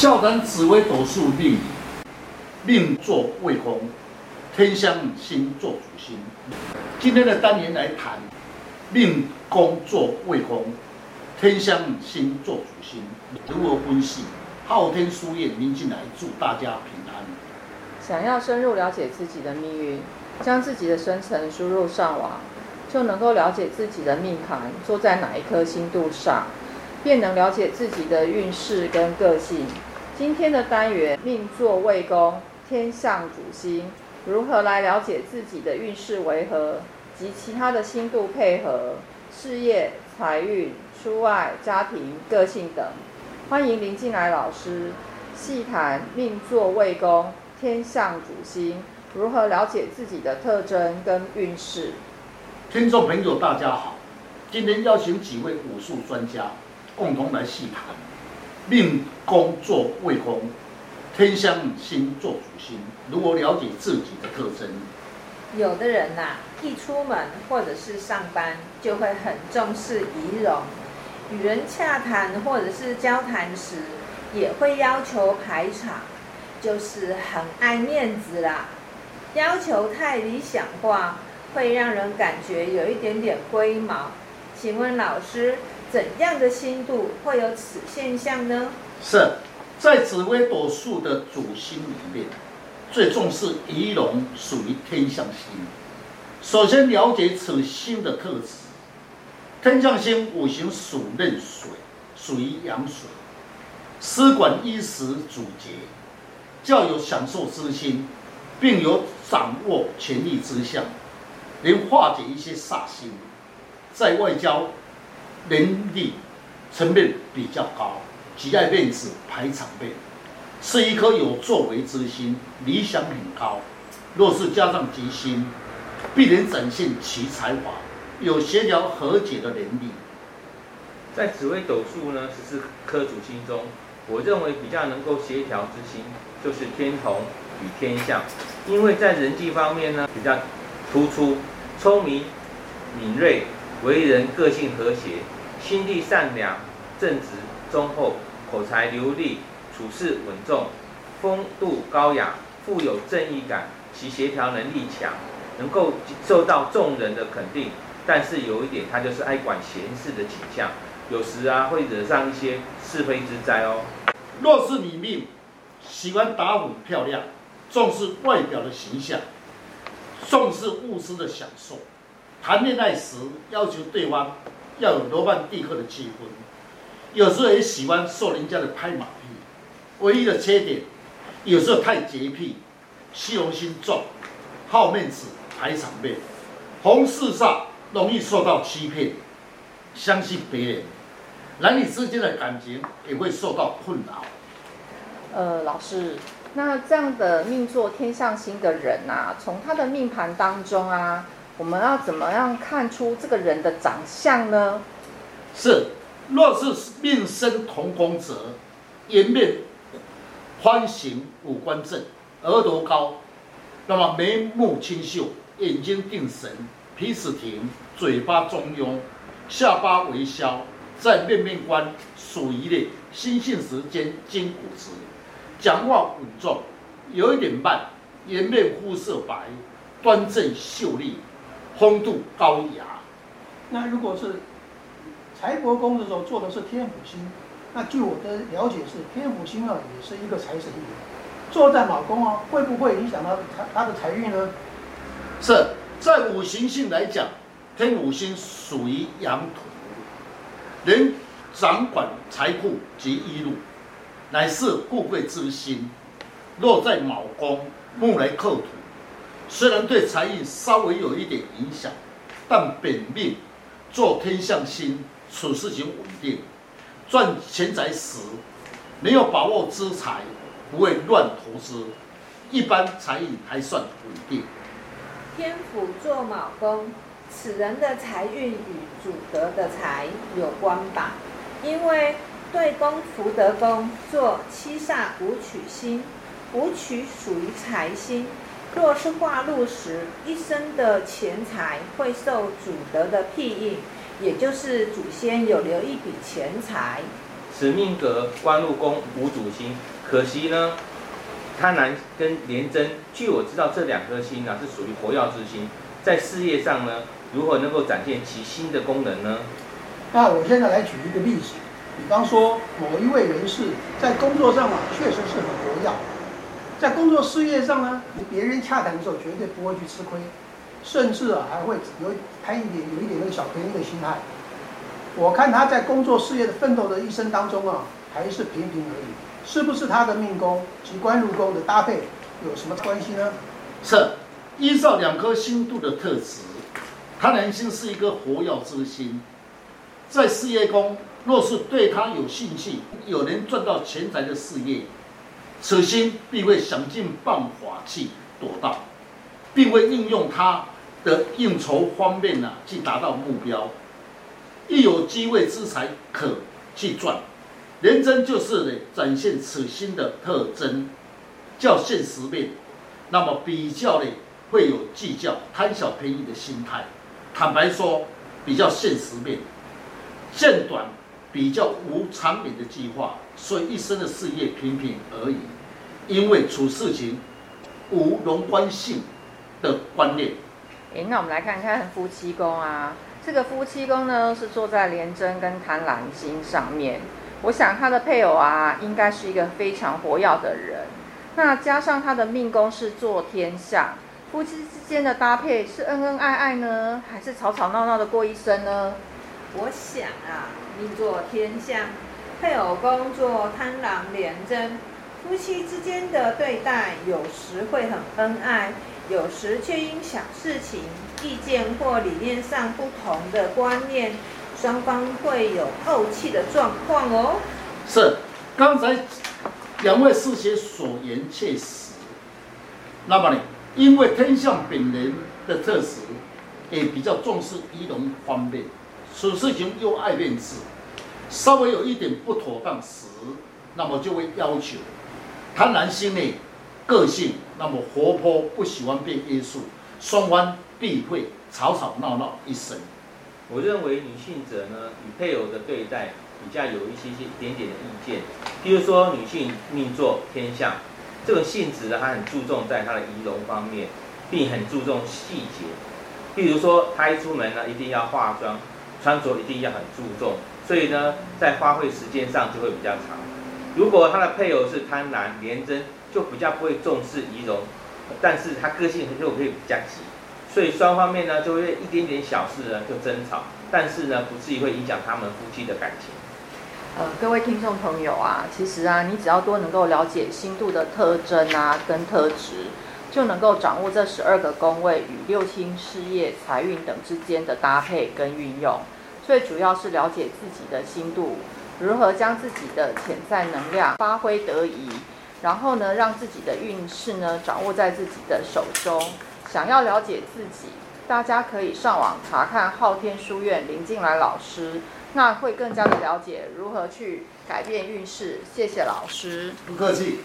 笑谈紫微斗数命理，命坐未宫，天相星做主星。今天的单元来谈命宫坐未宫，天相星做主星，如何分析？昊天书院林进来祝大家平安。 想要深入了解自己的命运，将自己的生辰输入上网，就能够了解自己的命盘坐在哪一颗星度上，便能了解自己的运势跟个性。今天的单元命坐未宫，天相主星，如何来了解自己的运势为何及其他的星度配合，事业、财运、出外、家庭、个性等。欢迎林进来老师细谈命坐未宫，天相主星，如何了解自己的特征跟运势。 听众朋友大家好，今天邀请几位武术专家共同来细谈命宫坐未宫，天相星做主星，如何了解自己的特征。 有的人一出门或者是上班就会很重视仪容，与人洽谈或者是交谈时也会要求排场，就是很爱面子啦。要求太理想化，会让人感觉有一点点龟毛。请问老师，怎样的星度会有此现象呢？ 是在紫微斗数的主星里面，最重视仪容，属于天相星。首先了解此星的特质。天相星五行属壬水，属于阳水，司管衣食主节，较有享受之心，并有掌握权力之相，能化解一些煞星。在外交能力层面比较高，极爱面子排场面，是一颗有作为之心，理想很高。若是加上吉星，必能展现其才华，有协调和解的能力。 在紫微斗数呢14颗主星中，我认为比较能够协调之星就是天同与天相，因为在人际方面呢比较突出，聪明敏锐，为人个性和谐，心地善良，正直忠厚，口才流利，处事稳重，风度高雅，富有正义感，其协调能力强，能够受到众人的肯定。但是有一点，他就是爱管闲事的倾向，有时会惹上一些是非之灾哦。 若是你命喜欢打扮漂亮，重视外表的形象，重视物质的享受，谈恋爱时要求对方要有罗曼蒂克的气氛，有时候也喜欢受人家的拍马屁。唯一的缺点，有时候太洁癖，虚荣心重，好面子排场面，红事上容易受到欺骗，相信别人，男女之间的感情也会受到困扰。 老师，那这样的命坐天相星的人从他的命盘当中我们要怎么样看出这个人的长相呢？ 是，若是命生同宫者，颜面宽形，五官正，额头高，那么眉目清秀，眼睛定神，鼻子挺，嘴巴中庸，下巴微削，在面面观属于类心性时间筋骨质，讲话稳重，有一点慢，颜面肤色白，端正秀丽，风度高雅。 那如果是财帛宫的时候做的是天府星，那据我的了解是天府星也是一个财神爷，坐在卯宫会不会影响到他的财运呢？ 是在五行性来讲，天府星属于阳土，能掌管财库及衣禄，乃是富贵之星。若在卯宫，木来克土，虽然对财运稍微有一点影响，但本命做天相星，处事情稳定，赚钱财时没有把握之财，不会乱投资，一般财运还算稳定。 天府坐卯宫，此人的财运与主德的财有关吧？因为对宫福德宫做七煞武曲星，武曲属于财星，若是化禄时，一生的钱财会受主德的庇应，也就是祖先有留一笔钱财。 此命格官禄宫无主星，可惜呢，贪婪跟廉贞，据我知道这2颗星呢是属于活跃之星，在事业上呢，如何能够展现其新的功能呢？ 那我现在来举一个例子，比方说某一位人士在工作上确实是很活跃，在工作事业上呢，别人洽谈的时候绝对不会去吃亏，甚至还会有一点那个小便宜的心态。我看他在工作事业的奋斗的一生当中还是平平而已，是不是他的命宫及官禄宫的搭配有什么关系呢？ 是依照2颗星度的特质，贪婪星是一个活跃之星，在事业宫若是对他有兴趣，有能赚到钱财的事业，此星必会想尽办法去夺到，并会应用他的应酬方面去达到目标。一有机会之财可去赚，廉贞就是展现此星的特征，较现实面，那么比较会有计较、贪小便宜的心态。坦白说，比较现实面，见短，比较无长远的计划，所以一生的事业平平而已。因为处事情无荣观性的观念。 那我们来看看夫妻宫啊。这个夫妻宫呢是坐在廉贞跟贪婪星上面，我想他的配偶应该是一个非常活跃的人。那加上他的命宫是坐天相，夫妻之间的搭配是恩恩爱爱呢，还是吵吵闹闹的过一生呢？ 我想命坐天相，配偶宫坐贪狼廉贞，夫妻之间的对待有时会很恩爱，有时却因小事情、意见或理念上不同的观念，双方会有怄气的状况哦。 是，刚才2位师姐所言切实。那么呢，因为天相本人的特质，也比较重视仪容方面，处事情又爱面子，稍微有一点不妥当时，那么就会要求。贪婪心呢，个性那么活泼，不喜欢被约束，双方必会吵吵闹闹一生。 我认为女性者呢，与配偶的对待比较有一点点的意见。譬如说，女性命坐天相，这种性质呢，她很注重在她的仪容方面，并很注重细节。譬如说，她一出门呢，一定要化妆，穿着一定要很注重，所以呢，在花费时间上就会比较长。如果她的配偶是贪婪廉贞，就比较不会重视仪容，但是她个性就会比较急。所以双方面呢，就会一点点小事呢就争吵，但是呢，不至于会影响他们夫妻的感情。 各位听众朋友其实你只要多能够了解星度的特征跟特质，就能够掌握这12个宫位与6星事业、财运等之间的搭配跟运用。最主要是了解自己的星度，如何将自己的潜在能量发挥得宜，然后呢，让自己的运势呢掌握在自己的手中。想要了解自己，大家可以上网查看昊天书院林静来老师，那会更加的了解如何去改变运势。谢谢老师。 不客气。